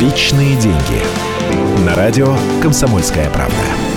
Личные деньги. На радио «Комсомольская правда».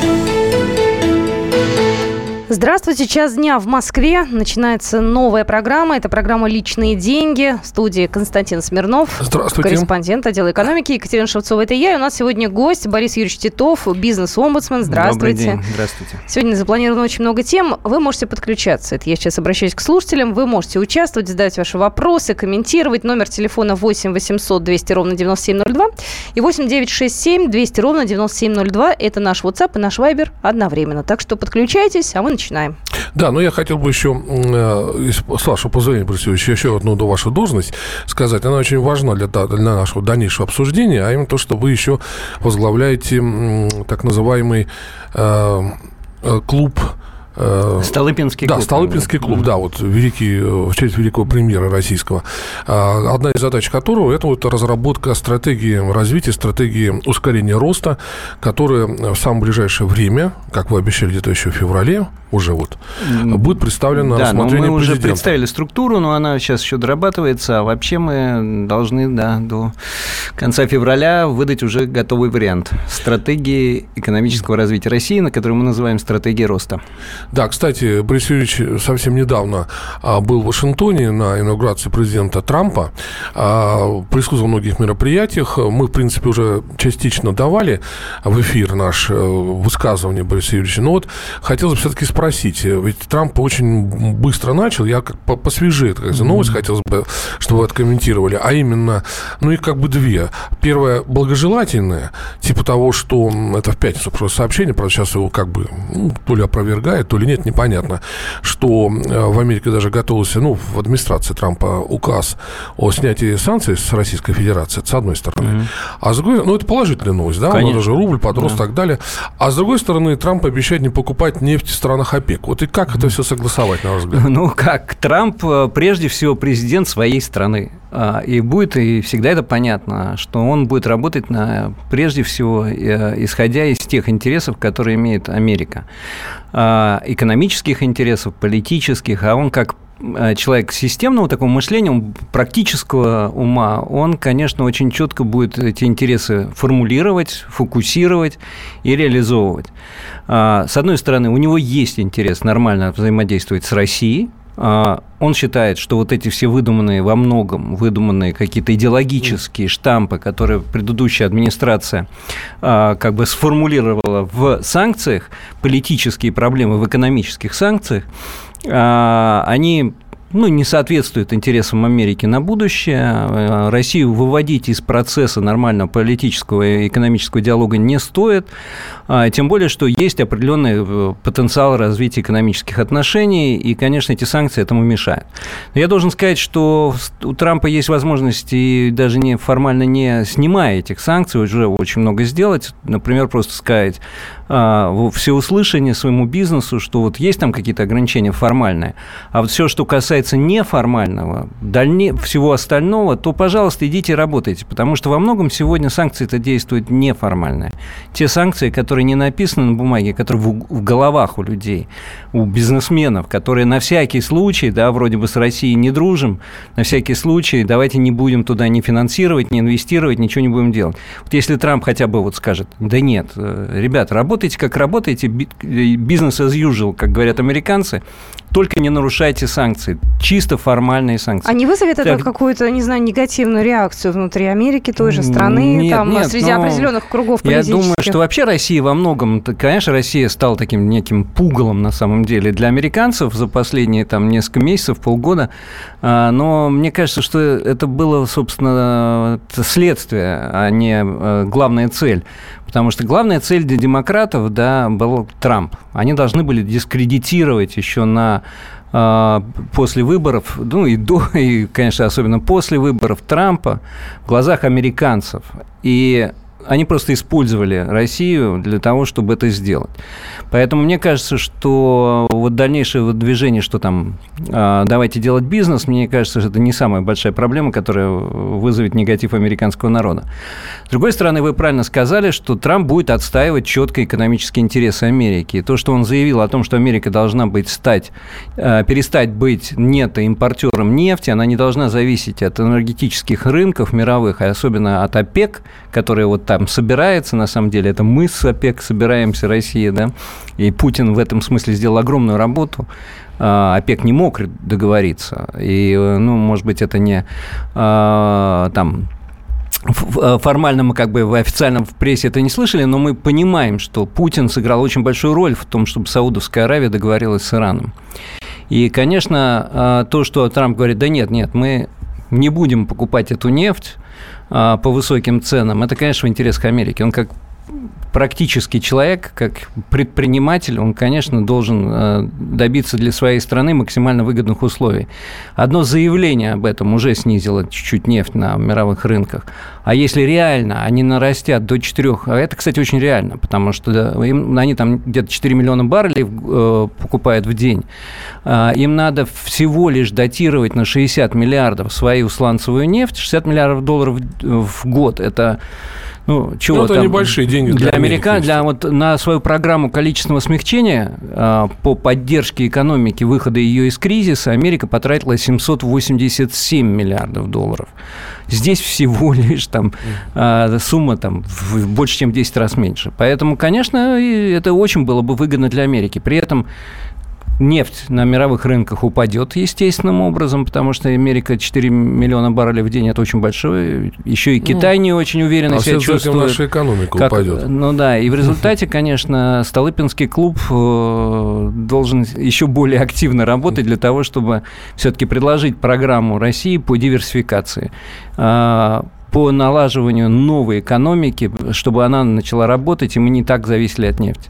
Здравствуйте, час дня в Москве. Начинается новая программа. Это программа «Личные деньги». В студии Константин Смирнов. Здравствуйте. Корреспондент отдела экономики. Екатерина Шевцова, это я. И у нас сегодня гость Борис Юрьевич Титов, бизнес-омбудсмен. Здравствуйте. Добрый день. Здравствуйте. Сегодня запланировано очень много тем. Вы можете подключаться. Это я сейчас обращаюсь к слушателям. Вы можете участвовать, задать ваши вопросы, комментировать. Номер телефона 8 800 200 ровно 9702 и 8 967 200 ровно 9702. Это наш WhatsApp и наш Viber одновременно. Так что подключайтесь, а мы начинаем. Да, но я хотел бы еще, с вашего позволения, Борис Юрьевич, еще одну вашу должность сказать. Она очень важна для нашего дальнейшего обсуждения, а именно то, что вы еще возглавляете так называемый клуб... Столыпинский клуб. Да, Столыпинский клуб, да, вот в честь великого премьера российского. Одна из задач которого – это вот разработка стратегии развития, стратегии ускорения роста, которая в самое ближайшее время, как вы обещали, где-то еще в феврале, уже вот, будет представлена на рассмотрение президента. Да, мы уже представили структуру, но она сейчас еще дорабатывается, а вообще мы должны, до конца февраля выдать уже готовый вариант стратегии экономического развития России, на которую мы называем стратегией роста. Да, кстати, Борис Юрьевич совсем недавно был в Вашингтоне на инаугурации президента Трампа, присутствовал в многих мероприятиях. Мы, в принципе, уже частично давали в эфир наше высказывание Бориса Юрьевича. Но вот хотелось бы все-таки спросить, ведь Трамп очень быстро начал, я как посвежее новость хотелось бы, чтобы вы откомментировали, а именно, их как бы две. Первое, благожелательное, типа того, что это в пятницу просто сообщение, правда, сейчас его как бы то ли опровергает, то ли нет, непонятно, что в Америке даже готовился, в администрации Трампа указ о снятии санкций с Российской Федерации, это с одной стороны. А с другой, это положительная новость, да, он даже рубль подрос и так далее. А с другой стороны, Трамп обещает не покупать нефть в странах ОПЕК. Вот и как это все согласовать, на ваш взгляд? Как? Трамп, прежде всего, президент своей страны. И будет, и всегда это понятно, что он будет работать прежде всего, исходя из тех интересов, которые имеет Америка. Экономических интересов, политических, а он как человек системного такого мышления, практического ума, он, конечно, очень четко будет эти интересы формулировать, фокусировать и реализовывать. С одной стороны, у него есть интерес нормально взаимодействовать с Россией. Он считает, что вот эти все во многом выдуманные какие-то идеологические штампы, которые предыдущая администрация как бы сформулировала в санкциях, политические проблемы в экономических санкциях, они не соответствуют интересам Америки на будущее. Россию выводить из процесса нормального политического и экономического диалога не стоит, тем более, что есть определенный потенциал развития экономических отношений, и, конечно, эти санкции этому мешают. Но я должен сказать, что у Трампа есть возможность, и даже формально не снимая этих санкций, уже очень много сделать, например, просто сказать во всеуслышание своему бизнесу, что вот есть там какие-то ограничения формальные, а вот все, что касается неформального, всего остального, то, пожалуйста, идите и работайте, потому что во многом сегодня санкции-то действуют неформальные. Те санкции, которые не написаны на бумаге, которые в головах у людей, у бизнесменов, которые на всякий случай, вроде бы с Россией не дружим, на всякий случай давайте не будем туда ни финансировать, ни инвестировать, ничего не будем делать. Вот если Трамп хотя бы скажет, да нет, ребят, работайте как работаете, business as usual, как говорят американцы, только не нарушайте санкции, чисто формальные санкции. А не вызовет это какую-то, не знаю, негативную реакцию внутри Америки, той же страны, среди определенных кругов политических? Я думаю, что вообще Россия во многом, конечно, Россия стала таким неким пугалом на самом деле для американцев за последние несколько месяцев, полгода, но мне кажется, что это было, собственно, следствие, а не главная цель. Потому что главная цель для демократов, был Трамп. Они должны были дискредитировать еще после выборов, и, конечно, особенно после выборов Трампа в глазах американцев. И они просто использовали Россию для того, чтобы это сделать. Поэтому мне кажется, что вот дальнейшее движение, что там давайте делать бизнес, мне кажется, что это не самая большая проблема, которая вызовет негатив американского народа. С другой стороны, вы правильно сказали, что Трамп будет отстаивать четко экономические интересы Америки. И то, что он заявил о том, что Америка должна перестать быть нетоимпортером нефти, она не должна зависеть от энергетических рынков мировых, а особенно от ОПЕК, которые вот там собирается, на самом деле, это мы с ОПЕК собираемся, Россия, да, и Путин в этом смысле сделал огромную работу. ОПЕК не мог договориться, и, может быть, это не там... Формально мы как бы в официальном в прессе это не слышали, но мы понимаем, что Путин сыграл очень большую роль в том, чтобы Саудовская Аравия договорилась с Ираном. И, конечно, то, что Трамп говорит, да нет, мы не будем покупать эту нефть по высоким ценам, это, конечно, в интересах Америки. Он как практический человек, как предприниматель, он, конечно, должен добиться для своей страны максимально выгодных условий. Одно заявление об этом уже снизило чуть-чуть нефть на мировых рынках. А если реально они нарастят до 4, а это, кстати, очень реально, потому что они там где-то 4 миллиона баррелей покупают в день, им надо всего лишь датировать на 60 миллиардов свою сланцевую нефть, 60 миллиардов долларов в год. Это... это там, небольшие деньги для американцев. На свою программу количественного смягчения по поддержке экономики, выхода ее из кризиса, Америка потратила 787 миллиардов долларов. Здесь всего лишь сумма больше, чем в 10 раз меньше. Поэтому, конечно, это очень было бы выгодно для Америки. При этом нефть на мировых рынках упадет естественным образом, потому что Америка 4 миллиона баррелей в день – это очень большое. Еще и Китай не очень уверенно себя чувствует. Наша экономика упадет. И в результате, конечно, Столыпинский клуб должен еще более активно работать для того, чтобы все-таки предложить программу России по диверсификации, по налаживанию новой экономики, чтобы она начала работать, и мы не так зависели от нефти.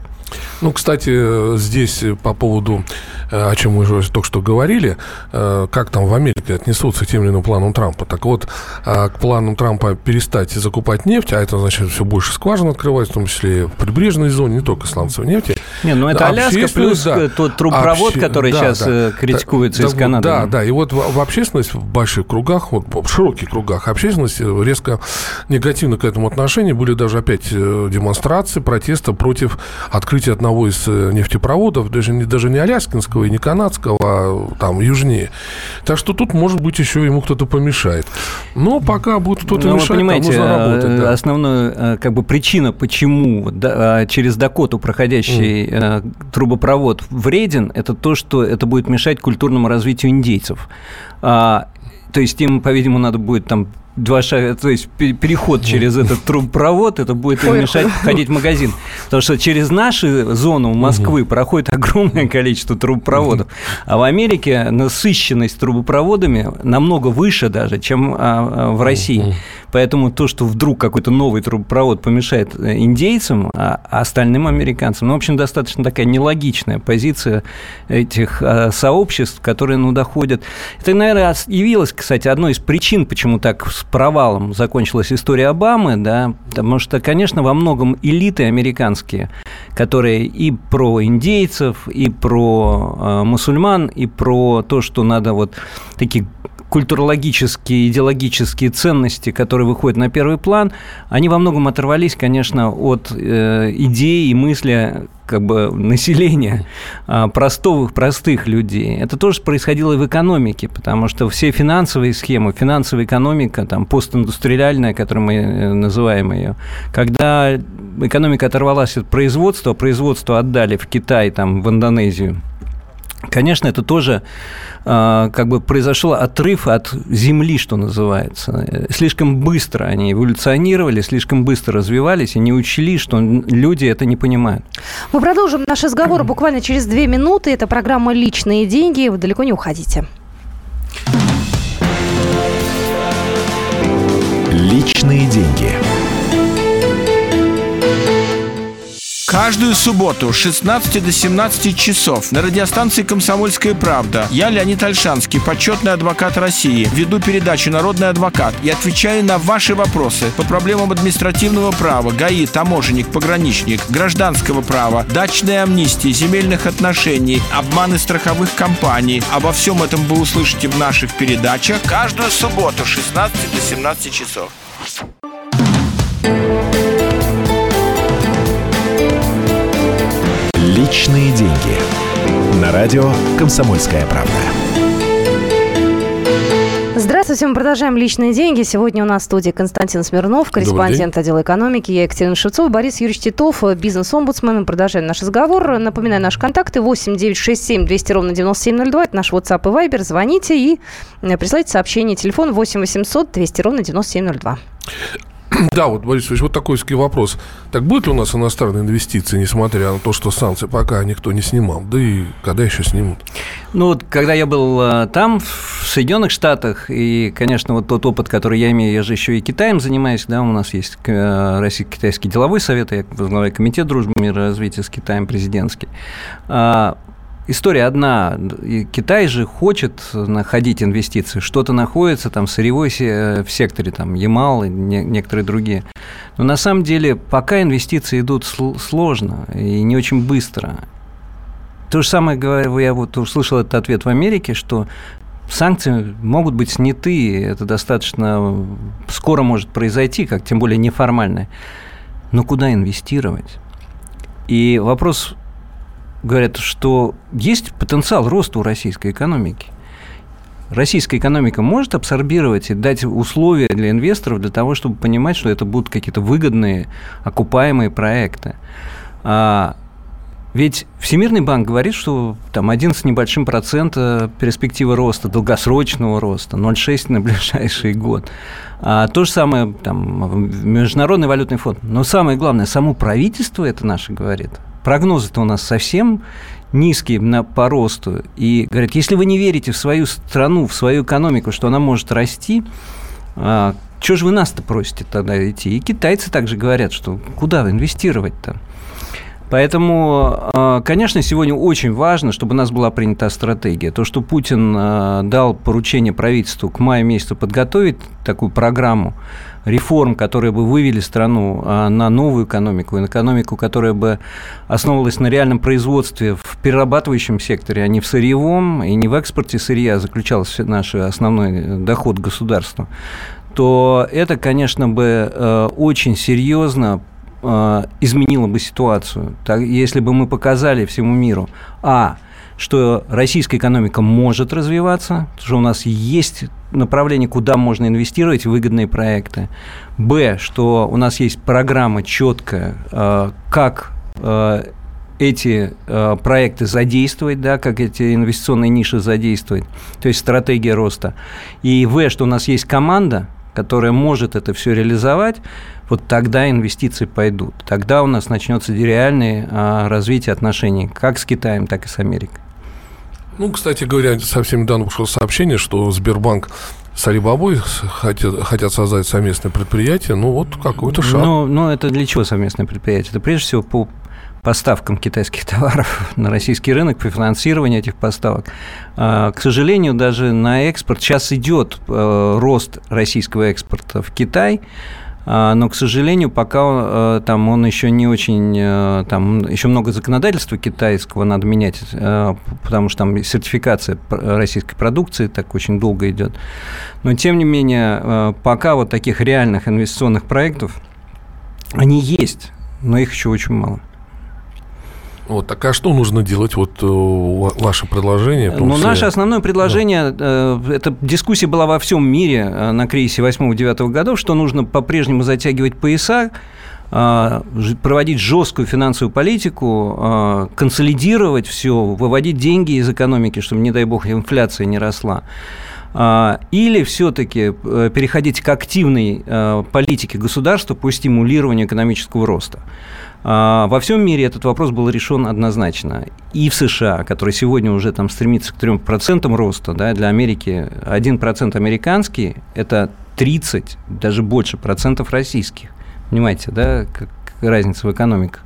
Кстати, здесь по поводу, о чем мы уже только что говорили, как там в Америке отнесутся к тем или иным планам Трампа. Так вот, к планам Трампа перестать закупать нефть, а это значит все больше скважин открывать, в том числе в прибрежной зоне, не только сланцевой нефти. Это Аляска плюс тот трубопровод, который сейчас критикуется из Канады. Да, и вот в общественность, в больших кругах, в широких кругах общественности резко негативно к этому отношению. Были даже опять демонстрации, протеста против открытия одного из нефтепроводов, даже не аляскинского и не канадского, а там южнее. Так что тут, может быть, еще ему кто-то помешает. Но пока будет кто-то мешать, вы понимаете, нужно работать. Да. Основная причина, почему через Дакоту проходящий трубопровод вреден, это то, что это будет мешать культурному развитию индейцев. То есть им, по-видимому, надо будет там 2 шага, то есть переход через этот трубопровод, это будет им мешать входить в магазин. Потому что через нашу зону Москвы проходит огромное количество трубопроводов. А в Америке насыщенность трубопроводами намного выше даже, чем в России. Поэтому то, что вдруг какой-то новый трубопровод помешает индейцам, а остальным американцам, в общем, достаточно такая нелогичная позиция этих сообществ, которые доходят. Это, наверное, явилось, кстати, одной из причин, почему так с провалом закончилась история Обамы, да, потому что, конечно, во многом элиты американские, которые и про индейцев, и про мусульман, и про то, что надо такие культурологические, идеологические ценности, которые выходят на первый план, они во многом оторвались, конечно, от идей и мысли населения, простых людей. Это тоже происходило и в экономике, потому что все финансовые схемы, финансовая экономика, постиндустриальная, которую мы называем ее, когда экономика оторвалась от производства, производство отдали в Китай, в Индонезию, конечно, это тоже произошел отрыв от земли, что называется. Слишком быстро они эволюционировали, слишком быстро развивались и не учли, что люди это не понимают. Мы продолжим наш разговор буквально через 2 минуты. Это программа «Личные деньги». Вы далеко не уходите. Личные деньги. Каждую субботу с 16 до 17 часов на радиостанции «Комсомольская правда» я, Леонид Ольшанский, почетный адвокат России, веду передачу «Народный адвокат» и отвечаю на ваши вопросы по проблемам административного права, ГАИ, таможенник, пограничник, гражданского права, дачной амнистии, земельных отношений, обманы страховых компаний. Обо всем этом вы услышите в наших передачах каждую субботу с 16 до 17 часов. Личные деньги. На радио «Комсомольская правда». Здравствуйте, мы продолжаем «Личные деньги». Сегодня у нас в студии Константин Смирнов, корреспондент отдела экономики, я Екатерина Шевцова, Борис Юрьевич Титов, бизнес-омбудсмен. Мы продолжаем наш разговор. Напоминаю, наши контакты 8 967 200 ровно 9702. Это наш WhatsApp и Viber. Звоните и присылайте сообщение. Телефон 8 800 200 ровно 9702. Да, вот, Борис Ильич, вот такой вопрос. Так будет ли у нас иностранные инвестиции, несмотря на то, что санкции пока никто не снимал? Да и когда еще снимут? Ну, вот, когда я был там, в Соединенных Штатах, и, конечно, вот тот опыт, который я имею, я же еще и Китаем занимаюсь, да, у нас есть Российско-Китайский деловой совет, я возглавляю комитет дружбы, мира и развития с Китаем президентский. История одна. Китай же хочет находить инвестиции. Что-то находится там в сырьевой секторе, там Ямал и некоторые другие. Но на самом деле пока инвестиции идут сложно и не очень быстро. То же самое, я вот услышал этот ответ в Америке, что санкции могут быть сняты, это достаточно скоро может произойти, как тем более неформальное. Но куда инвестировать? И вопрос... Говорят, что есть потенциал роста у российской экономики. Российская экономика может абсорбировать и дать условия для инвесторов для того, чтобы понимать, что это будут какие-то выгодные, окупаемые проекты. Ведь Всемирный банк говорит, что там 11 с небольшим процента перспектива роста, долгосрочного роста, 0,6 на ближайший год. То же самое там, Международный валютный фонд. Но самое главное, само правительство это наше говорит. Прогнозы-то у нас совсем низкие по росту. И говорят, если вы не верите в свою страну, в свою экономику, что она может расти, что же вы нас-то просите тогда идти? И китайцы также говорят, что куда инвестировать-то? Поэтому, конечно, сегодня очень важно, чтобы у нас была принята стратегия. То, что Путин дал поручение правительству к маю месяцу подготовить такую программу реформ, которые бы вывели страну на новую экономику, экономику, которая бы основывалась на реальном производстве в перерабатывающем секторе, а не в сырьевом и не в экспорте сырья, заключался наш основной доход государства, то это, конечно, бы очень серьезно изменило бы ситуацию. Если бы мы показали всему миру, что российская экономика может развиваться, что у нас есть направление, куда можно инвестировать, выгодные проекты. Что у нас есть программа четкая, как эти проекты задействовать, да, как эти инвестиционные ниши задействовать, то есть стратегия роста. И что у нас есть команда, которая может это все реализовать, вот тогда инвестиции пойдут. Тогда у нас начнется реальное развитие отношений как с Китаем, так и с Америкой. Ну, кстати говоря, совсем недавно пришло сообщение, что Сбербанк с Алибабой хотят создать совместное предприятие. Ну, вот какой-то шаг. Ну, это для чего совместное предприятие? Это прежде всего по поставкам китайских товаров на российский рынок, по финансированию этих поставок. К сожалению, даже на экспорт сейчас идет рост российского экспорта в Китай, но, к сожалению, пока там он еще не очень, там еще много законодательства китайского надо менять, потому что там сертификация российской продукции так очень долго идет. Но, тем не менее, пока вот таких реальных инвестиционных проектов, они есть, но их еще очень мало. Вот, так а что нужно делать? Вот ваше предложение? Наше основное предложение, эта дискуссия была во всем мире на кризисе 8-9 годов, что нужно по-прежнему затягивать пояса, проводить жесткую финансовую политику, консолидировать все, выводить деньги из экономики, чтобы, не дай бог, инфляция не росла. Или все-таки переходить к активной политике государства по стимулированию экономического роста. Во всем мире этот вопрос был решен однозначно. И в США, который сегодня уже там стремится к 3% роста, да, для Америки 1% американский – это 30, даже больше процентов российских. Понимаете, да, разница в экономиках.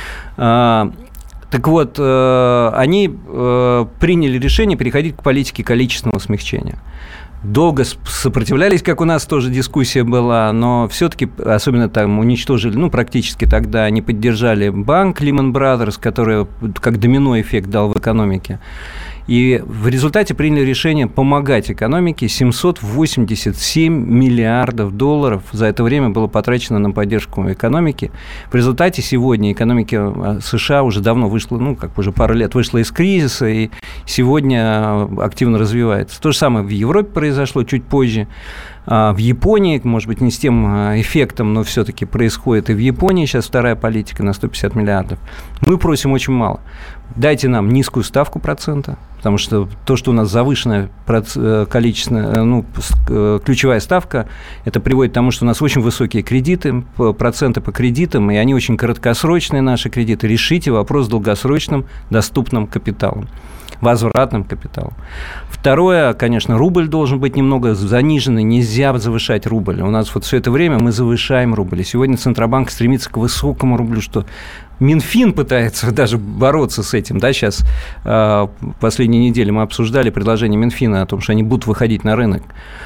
Так вот, они приняли решение переходить к политике количественного смягчения. Долго сопротивлялись, как у нас тоже дискуссия была, но все-таки, особенно там уничтожили, практически тогда они поддержали банк Lehman Brothers, который как домино-эффект дал в экономике. И в результате приняли решение помогать экономике. 787 миллиардов долларов за это время было потрачено на поддержку экономики. В результате сегодня экономика США уже давно вышла, уже пару лет вышла из кризиса, и сегодня активно развивается. То же самое в Европе произошло чуть позже. В Японии, может быть, не с тем эффектом, но все-таки происходит и в Японии сейчас вторая политика на 150 миллиардов. Мы просим очень мало. Дайте нам низкую ставку процента, потому что то, что у нас завышенная количественная, ключевая ставка, это приводит к тому, что у нас очень высокие кредиты, проценты по кредитам, и они очень краткосрочные, наши кредиты. Решите вопрос с долгосрочным доступным капиталом, возвратным капиталом. Второе, конечно, рубль должен быть немного заниженный, нельзя завышать рубль. У нас вот все это время мы завышаем рубль. И сегодня Центробанк стремится к высокому рублю, что Минфин пытается даже бороться с этим. Да, сейчас последние недели мы обсуждали предложение Минфина о том, что они будут выходить на рынок.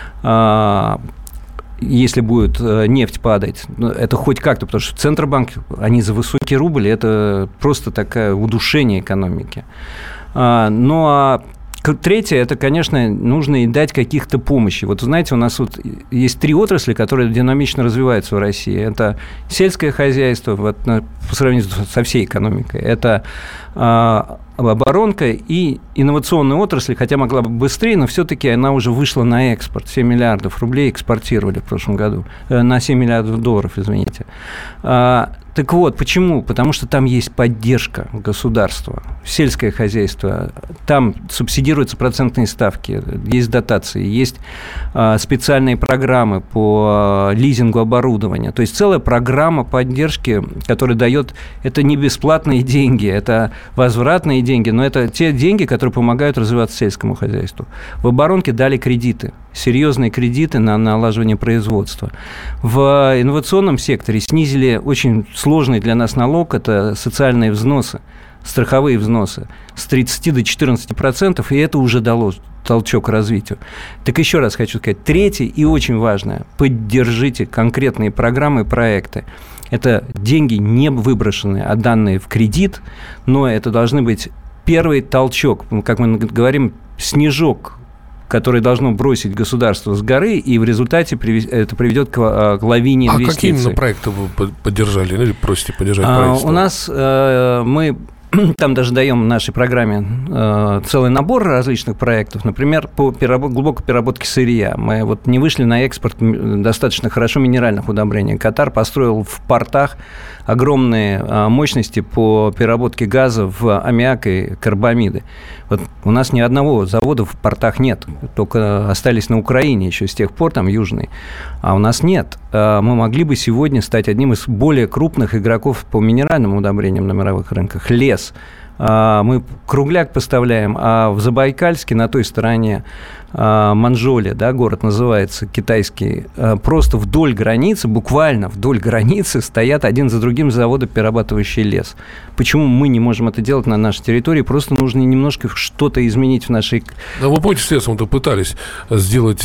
Если будет нефть падать, это хоть как-то, потому что Центробанк, они за высокий рубль, это просто такое удушение экономики. Ну, а третье, это, конечно, нужно и дать каких-то помощи. Вот, знаете, у нас вот есть 3 отрасли, которые динамично развиваются в России. Это сельское хозяйство по сравнению со всей экономикой. Это оборонка и инновационные отрасли, хотя могла бы быстрее, но все-таки она уже вышла на экспорт. 7 миллиардов рублей экспортировали в прошлом году. На 7 миллиардов долларов, извините. Так вот, почему? Потому что там есть поддержка государства. Сельское хозяйство, там субсидируются процентные ставки, есть дотации, есть специальные программы по лизингу оборудования. То есть целая программа поддержки, которая дает... Это не бесплатные деньги, это возвратные деньги, но это те деньги, которые помогают развиваться сельскому хозяйству. В оборонке дали кредиты, серьезные кредиты на налаживание производства. В инновационном секторе снизили очень сложный для нас налог, это социальные взносы, страховые взносы с 30 до 14%, и это уже дало толчок к развитию. Так еще раз хочу сказать, третье и очень важное, поддержите конкретные программы и проекты. Это деньги не выброшенные, а данные в кредит, но это должны быть первый толчок, как мы говорим, снежок, которое должно бросить государство с горы, и в результате это приведет к лавине инвестиций. А какие именно проекты вы поддержали или просите поддержать правительство? У нас мы там даже даем в нашей программе целый набор различных проектов. Например, по глубокой переработке сырья. Мы вот не вышли на экспорт достаточно хорошо минеральных удобрений. Катар построил в портах огромные мощности по переработке газа в аммиак и карбамиды. Вот у нас ни одного завода в портах нет. Только остались на Украине еще с тех пор, там южный. А у нас нет. Мы могли бы сегодня стать одним из более крупных игроков по минеральным удобрениям на мировых рынках. Лес. Мы кругляк поставляем, а в Забайкальске, на той стороне Манжоле, да, город называется, китайский, просто вдоль границы, буквально вдоль границы стоят один за другим заводы, перерабатывающие лес. Почему мы не можем это делать на нашей территории? Просто нужно немножко что-то изменить в нашей... Да, вы помните, с лесом-то пытались сделать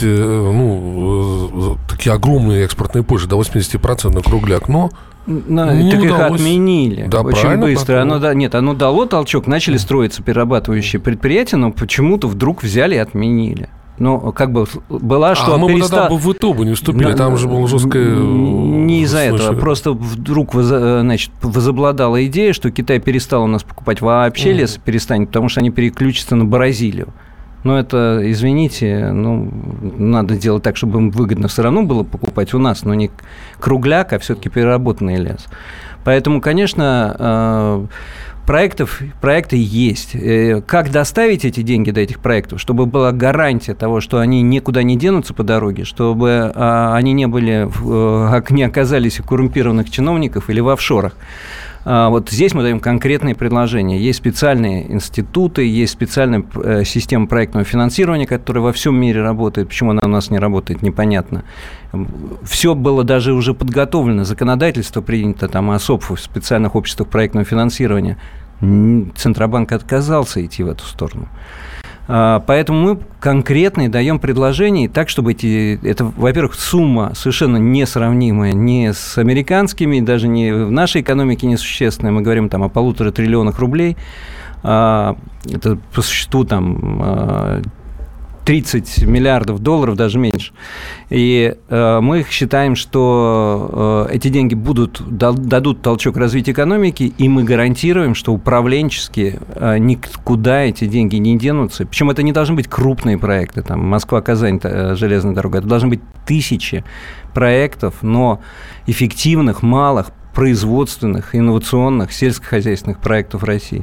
такие огромные экспортные позже, до 80% кругляк, но... так их отменили, да, очень быстро. Оно дало толчок, начали строиться перерабатывающие предприятия, но почему-то вдруг взяли и отменили. Ну, как бы была, что мы тогда бы в ИТО не вступили, там же было жесткое... Не из-за этого, просто вдруг возобладала идея, что Китай перестал у нас покупать вообще лес, перестанет, потому что они переключатся на Бразилию. Но это, извините, надо делать так, чтобы им выгодно все равно было покупать у нас, но не кругляк, а все-таки переработанный лес. Поэтому, конечно, проекты есть. Как доставить эти деньги до этих проектов, чтобы была гарантия того, что они никуда не денутся по дороге, чтобы они не оказались у коррумпированных чиновников или в офшорах. Вот здесь мы даем конкретные предложения. Есть специальные институты, есть специальная система проектного финансирования, которая во всем мире работает. Почему она у нас не работает, непонятно. Все было даже уже подготовлено, законодательство принято, там, ОСОП в специальных обществах проектного финансирования. Центробанк отказался идти в эту сторону. Поэтому мы конкретные даем предложения так, чтобы это, во-первых, сумма совершенно несравнимая ни с американскими, даже не в нашей экономике несущественная. Мы говорим там о 1,5 триллиона рублей. Это по существу там 30 миллиардов долларов, даже меньше. И мы считаем, что эти деньги дадут толчок развитию экономики, и мы гарантируем, что управленчески никуда эти деньги не денутся. Причем это не должны быть крупные проекты, там Москва-Казань, железная дорога. Это должны быть тысячи проектов, но эффективных, малых, производственных, инновационных, сельскохозяйственных проектов России.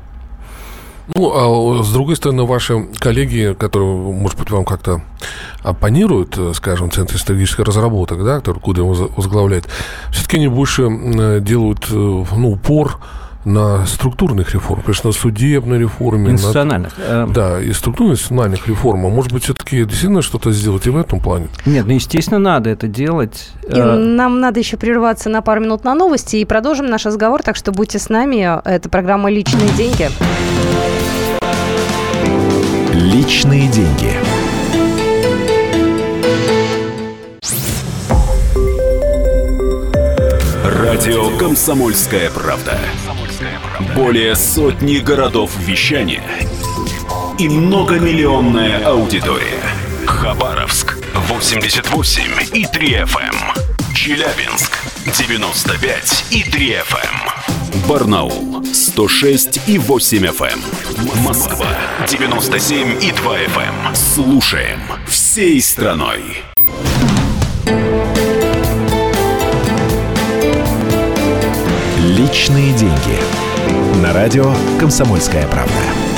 Ну, а с другой стороны, ваши коллеги, которые, может быть, вам как-то оппонируют, скажем, в Центре стратегических разработок, да, который Кудрин возглавляет, все-таки они больше делают упор на структурных реформах, конечно, на судебной реформе. Институциональных. Да, и структурно-институциональных реформ. А может быть, все-таки действительно что-то сделать и в этом плане? Нет, естественно, надо это делать. И нам надо еще прерваться на пару минут на новости и продолжим наш разговор, так что будьте с нами. Это программа «Личные деньги». Личные деньги. Радио «Комсомольская правда». Более сотни городов вещания и многомиллионная аудитория. Хабаровск 88,3 FM. Челябинск 95,3 FM. Барнаул 106,8 FM. Москва 97,2 FM. Слушаем всей страной. Личные деньги. На радио «Комсомольская правда».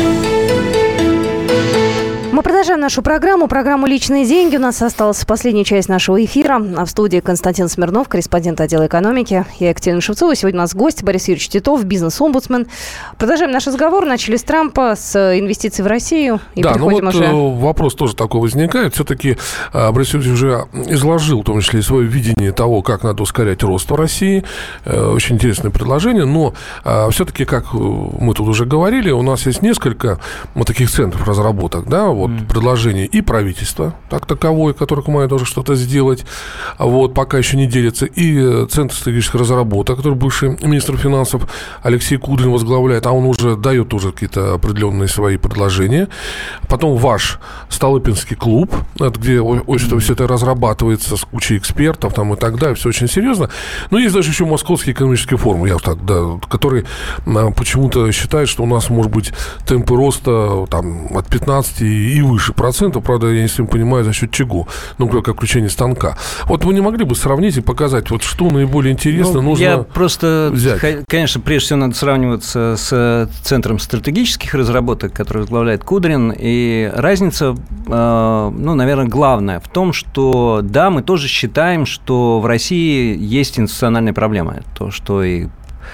Мы продолжаем нашу программу «Личные деньги». У нас осталась последняя часть нашего эфира. В студии Константин Смирнов, корреспондент отдела экономики. Я Екатерина Шевцова. Сегодня у нас гость Борис Юрьевич Титов, бизнес-омбудсмен. Продолжаем наш разговор. Начали с Трампа, с инвестиций в Россию. И да, уже... вопрос тоже такой возникает. Все-таки Борис Юрьевич уже изложил, в том числе, и свое видение того, как надо ускорять рост в России. Очень интересное предложение. Но все-таки, как мы тут уже говорили, у нас есть несколько таких центров разработок, да, предложений и правительства, так таковое, которое мое тоже что-то сделать, пока еще не делится, и Центр стратегических разработок, который бывший министр финансов Алексей Кудрин возглавляет, а он уже дает уже какие-то определенные свои предложения. Потом ваш Столыпинский клуб, где все это разрабатывается с кучей экспертов там, и так далее, все очень серьезно. Но есть даже еще Московский экономический форум, который почему-то считает, что у нас может быть темпы роста там, от 15 и выше процентов, правда, я не совсем понимаю, за счет чего, как включение станка. Вы не могли бы сравнить и показать, что наиболее интересно нужно взять? Конечно, прежде всего надо сравниваться с Центром стратегических разработок, который возглавляет Кудрин, и разница, наверное, главная в том, что, да, мы тоже считаем, что в России есть институциональная проблема, то, что и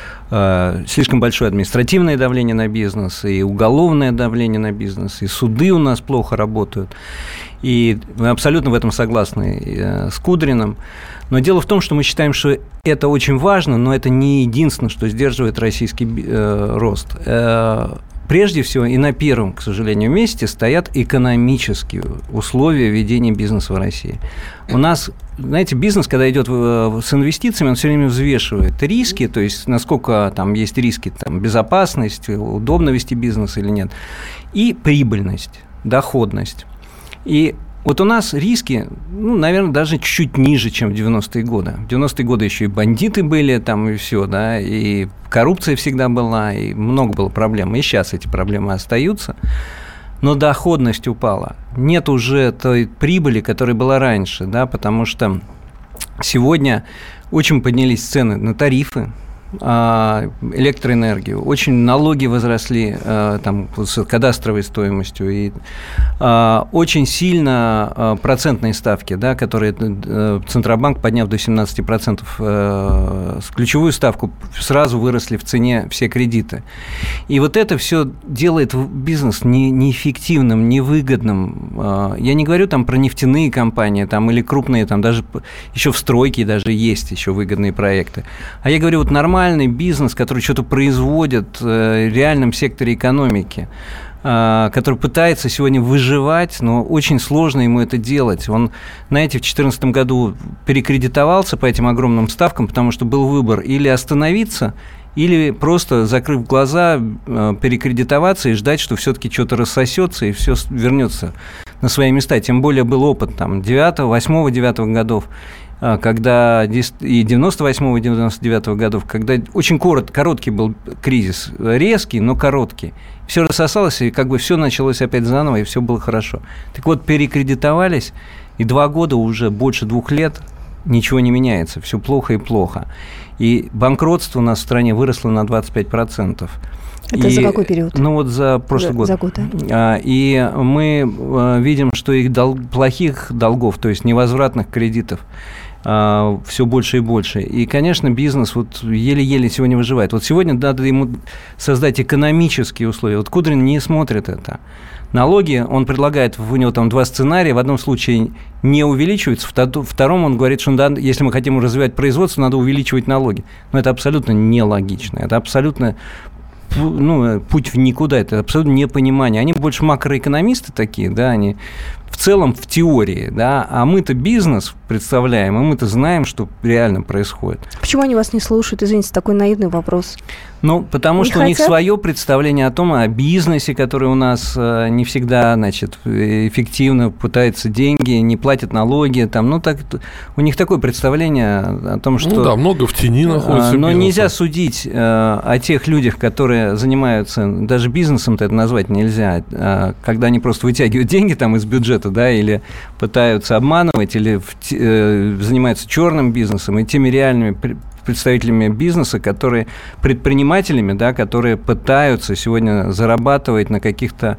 слишком большое административное давление на бизнес, и уголовное давление на бизнес, и суды у нас плохо работают. И мы абсолютно в этом согласны с Кудриным. Но дело в том, что мы считаем, что это очень важно, но это не единственное, что сдерживает российский рост. Прежде всего и на первом, к сожалению, месте стоят экономические условия ведения бизнеса в России. У нас, знаете, бизнес, когда идет с инвестициями, он все время взвешивает риски, то есть насколько там есть риски, там, безопасность, удобно вести бизнес или нет, и прибыльность, доходность. И у нас риски, наверное, даже чуть-чуть ниже, чем в 90-е годы. В 90-е годы еще и бандиты были, там, и все, да, и коррупция всегда была, и много было проблем. И сейчас эти проблемы остаются. Но доходность упала. Нет уже той прибыли, которая была раньше, да, потому что сегодня очень поднялись цены на тарифы, электроэнергию, очень налоги возросли там, с кадастровой стоимостью, и очень сильно процентные ставки, да, которые Центробанк, подняв до 17%, ключевую ставку, сразу выросли в цене все кредиты. И вот это все делает бизнес неэффективным, невыгодным. Я не говорю там про нефтяные компании там, или крупные, там, даже еще в стройке даже есть еще выгодные проекты. А я говорю, вот нормальный бизнес, который что-то производит в реальном секторе экономики, который пытается сегодня выживать, но очень сложно ему это делать. Он, знаете, в 2014 году перекредитовался по этим огромным ставкам, потому что был выбор или остановиться, или просто, закрыв глаза, перекредитоваться и ждать, что все-таки что-то рассосется и все вернется на свои места. Тем более был опыт там 8-9 годов, когда и 98-го, и 99-го годов, когда очень короткий был кризис, резкий, но короткий. Все рассосалось, и как бы все началось опять заново, и все было хорошо. Так вот, перекредитовались, и 2 года, уже больше 2 лет, ничего не меняется, все плохо и плохо. И банкротство у нас в стране выросло на 25%. Это за какой период? Ну, вот за прошлый год. За год, да. И мы видим, что их плохих долгов, то есть невозвратных кредитов, все больше и больше. И, конечно, бизнес вот еле-еле сегодня выживает. Вот сегодня надо ему создать экономические условия. Вот Кудрин не смотрит это. Налоги, он предлагает, у него там 2 сценария, в одном случае не увеличиваются, в втором он говорит, что если мы хотим развивать производство, надо увеличивать налоги. Но это абсолютно нелогично, это абсолютно путь в никуда, это абсолютно непонимание. Они больше макроэкономисты такие, да, они в целом в теории, да, а мы-то бизнес представляем, и мы-то знаем, что реально происходит. Почему они вас не слушают? Извините, такой наивный вопрос. Ну, потому что у них свое представление о бизнесе, который у нас не всегда, эффективно пытается деньги, не платит налоги, там, у них такое представление о том, что... много в тени находится Но бизнеса. нельзя судить о тех людях, которые занимаются, даже бизнесом-то это назвать нельзя, когда они просто вытягивают деньги там из бюджета, да, или пытаются обманывать, или занимаются черным бизнесом и теми реальными представителями бизнеса, предпринимателями, да, которые пытаются сегодня зарабатывать на каких-то,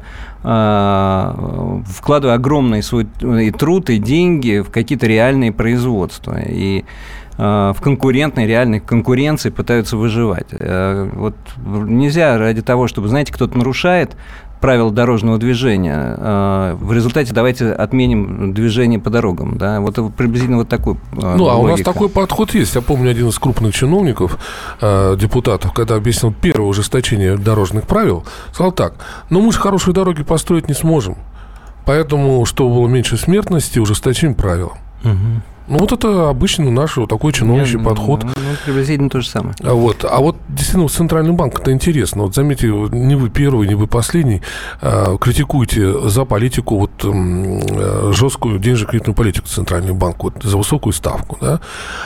вкладывая огромный свой и труд, и деньги в какие-то реальные производства. И в конкурентной, реальной конкуренции пытаются выживать. Вот нельзя ради того, чтобы, знаете, кто-то нарушает правила дорожного движения, в результате давайте отменим движение по дорогам. Да? Вот приблизительно вот такой логика. У нас такой подход есть. Я помню, один из крупных чиновников, депутатов, когда объяснил первое ужесточение дорожных правил, сказал так: мы же хорошие дороги построить не сможем, поэтому, чтобы было меньше смертности, ужесточим правила. Угу. Вот это обычно наш такой чиновничий подход. Приблизительно то же самое. А вот действительно, Центральный банк, это интересно. Вот заметьте, не вы первый, не вы последний критикуете за политику, жесткую денежно-кредитную политику Центрального банка, за высокую ставку. Да?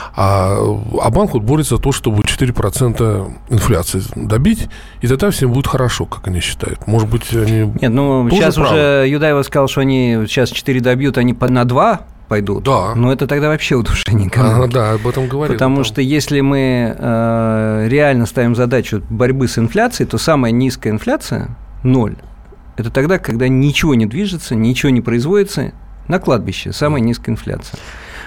А банк борется за то, чтобы 4% инфляции добить, и тогда всем будет хорошо, как они считают. Может быть, они... Нет, сейчас правы. Уже Юдаева сказал, что они сейчас 4 добьют, они на 2 пойдут. Да. Но это тогда вообще удушение экономики. Да, об этом говорили. Потому что если мы реально ставим задачу борьбы с инфляцией, то самая низкая инфляция – 0. Это тогда, когда ничего не движется, ничего не производится, на кладбище самая низкая инфляция.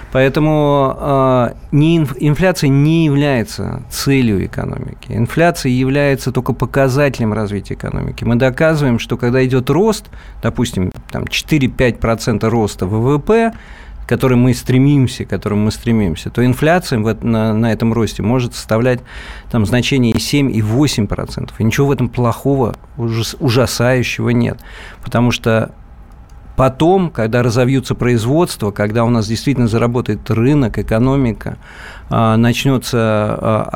Поэтому инфляция не является целью экономики. Инфляция является только показателем развития экономики. Мы доказываем, что когда идет рост, допустим, 4-5% роста ВВП, к которому мы стремимся, то инфляция на этом росте может составлять значение и 7, и 8%. И ничего в этом плохого, ужасающего нет. Потому что потом, когда разовьются производства, когда у нас действительно заработает рынок, экономика, начнется,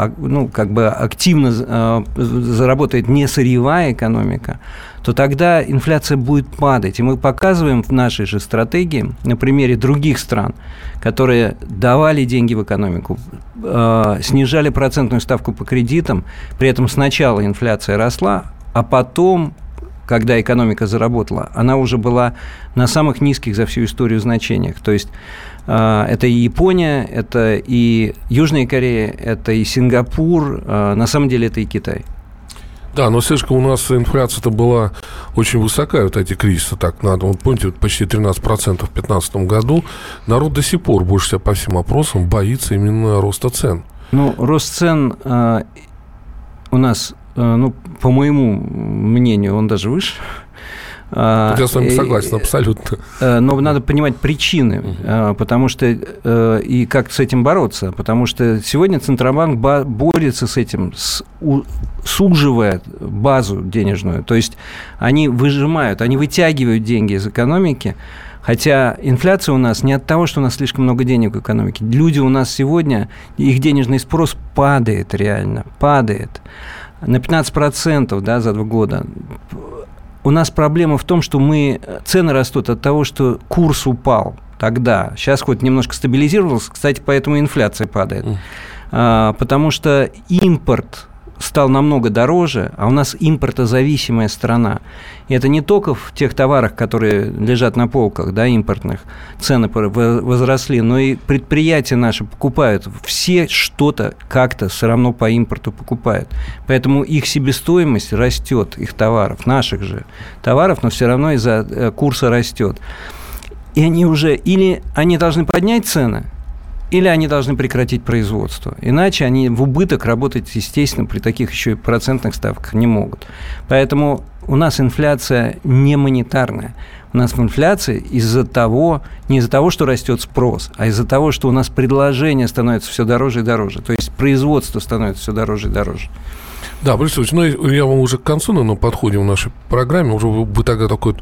активно заработает не сырьевая экономика, то тогда инфляция будет падать. И мы показываем в нашей же стратегии, на примере других стран, которые давали деньги в экономику, снижали процентную ставку по кредитам, при этом сначала инфляция росла, а потом, когда экономика заработала, она уже была на самых низких за всю историю значениях. То есть Это и Япония, это и Южная Корея, это и Сингапур, на самом деле это и Китай. Да, но слишком у нас инфляция-то была очень высокая, вот эти кризисы, так надо. Вот помните, почти 13% в 2015 году. Народ до сих пор больше всего по всем опросам боится именно роста цен. Ну, рост цен у нас, по моему мнению, он даже выше. Я с вами согласен, абсолютно. Но надо понимать причины, потому что и как с этим бороться. Потому что сегодня Центробанк борется с этим, суживает базу денежную. То есть они вытягивают деньги из экономики. Хотя инфляция у нас не от того, что у нас слишком много денег в экономике. Люди у нас сегодня, их денежный спрос падает реально, падает на 15%, да, за 2 года. У нас проблема в том, что цены растут от того, что курс упал тогда. Сейчас хоть немножко стабилизировался, кстати, поэтому инфляция падает. Потому что импорт стал намного дороже, а у нас импортозависимая страна. И это не только в тех товарах, которые лежат на полках, да, импортных, цены возросли, но и предприятия наши покупают. Все что-то как-то все равно по импорту покупают. Поэтому их себестоимость растет, их товаров, наших же товаров, но все равно из-за курса растет. И или они должны поднять цены, или они должны прекратить производство. Иначе они в убыток работать, естественно, при таких еще и процентных ставках не могут. Поэтому у нас инфляция не монетарная. У нас инфляция не из-за того, что растет спрос, а из-за того, что у нас предложение становится все дороже и дороже. То есть производство становится все дороже и дороже. Да, Борис Ильич, я вам уже к концу, наверное, подходим в нашей программе. Уже вы тогда такой...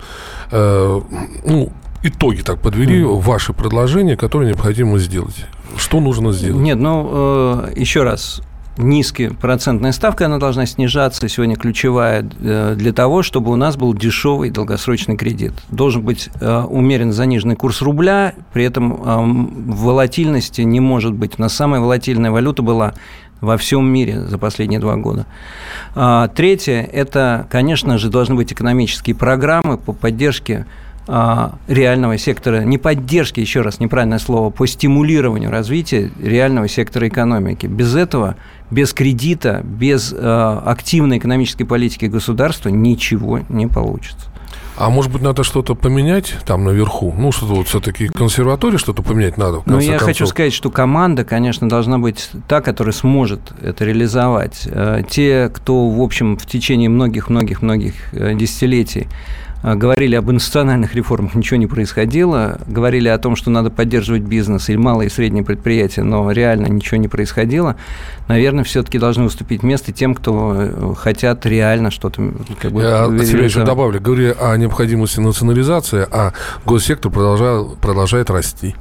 итоги так подвели, ваши предложения, которые необходимо сделать. Что нужно сделать? Нет, еще раз, низкая процентная ставка, она должна снижаться, сегодня ключевая, для того, чтобы у нас был дешевый долгосрочный кредит. Должен быть умеренно заниженный курс рубля, при этом волатильности не может быть. У нас самая волатильная валюта была во всем мире за последние 2 года. Третье, это, конечно же, должны быть экономические программы по поддержке реального сектора, не поддержки, еще раз, неправильное слово, по стимулированию развития реального сектора экономики. Без этого, без кредита, без активной экономической политики государства ничего не получится. А может быть, надо что-то поменять там наверху? Что-то вот все-таки консерватории что-то поменять надо, в конце концов. Хочу сказать, что команда, конечно, должна быть та, которая сможет это реализовать. Те, кто, в общем, в течение многих-многих-многих десятилетий говорили об институциональных реформах, ничего не происходило. Говорили о том, что надо поддерживать бизнес и малые и средние предприятия, но реально ничего не происходило. Наверное, все-таки должны уступить место тем, кто хотят реально что-то... Я от себя еще добавлю. Говорю о необходимости национализации, а госсектор продолжает расти.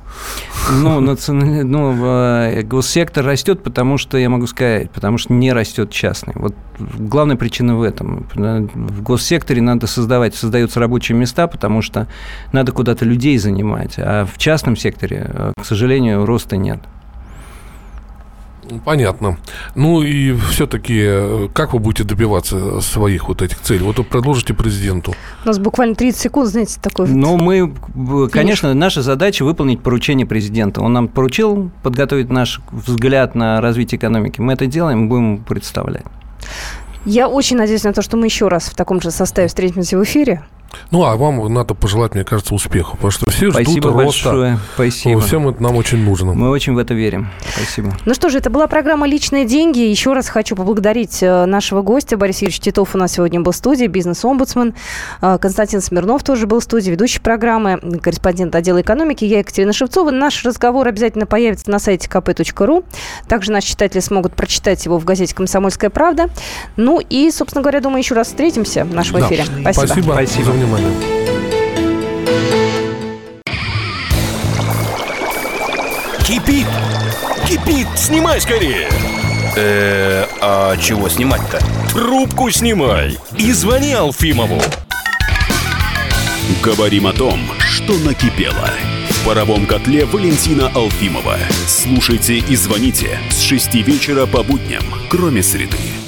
Госсектор растет, потому что, я могу сказать, потому что не растет частный. Вот главная причина в этом. В госсекторе создаются рабочие места, потому что надо куда-то людей занимать, а в частном секторе, к сожалению, роста нет. Понятно. И все-таки, как вы будете добиваться своих вот этих целей? Вот вы предложите президенту. У нас буквально 30 секунд, знаете, такой... Конечно, наша задача выполнить поручение президента. Он нам поручил подготовить наш взгляд на развитие экономики. Мы это делаем, будем представлять. Я очень надеюсь на то, что мы еще раз в таком же составе встретимся в эфире. А вам надо пожелать, мне кажется, успеху, потому что все Спасибо ждут большое. роста. Спасибо. Всем это нам очень нужно. Мы очень в это верим. Спасибо. Что же, это была программа «Личные деньги». Еще раз хочу поблагодарить нашего гостя. Борис Юрьевич Титов у нас сегодня был в студии, бизнес-омбудсмен. Константин Смирнов тоже был в студии, ведущий программы, корреспондент отдела экономики. Я Екатерина Шевцова. Наш разговор обязательно появится на сайте kp.ru. Также наши читатели смогут прочитать его в газете «Комсомольская правда». И, собственно говоря, думаю, еще раз встретимся в нашем эфире. Спасибо за внимание. Кипит! Кипит! Снимай скорее! А чего снимать-то? Трубку снимай и звони Алфимову. Говорим о том, что накипело. В паровом котле Валентина Алфимова. Слушайте и звоните с 6 вечера по будням, кроме среды.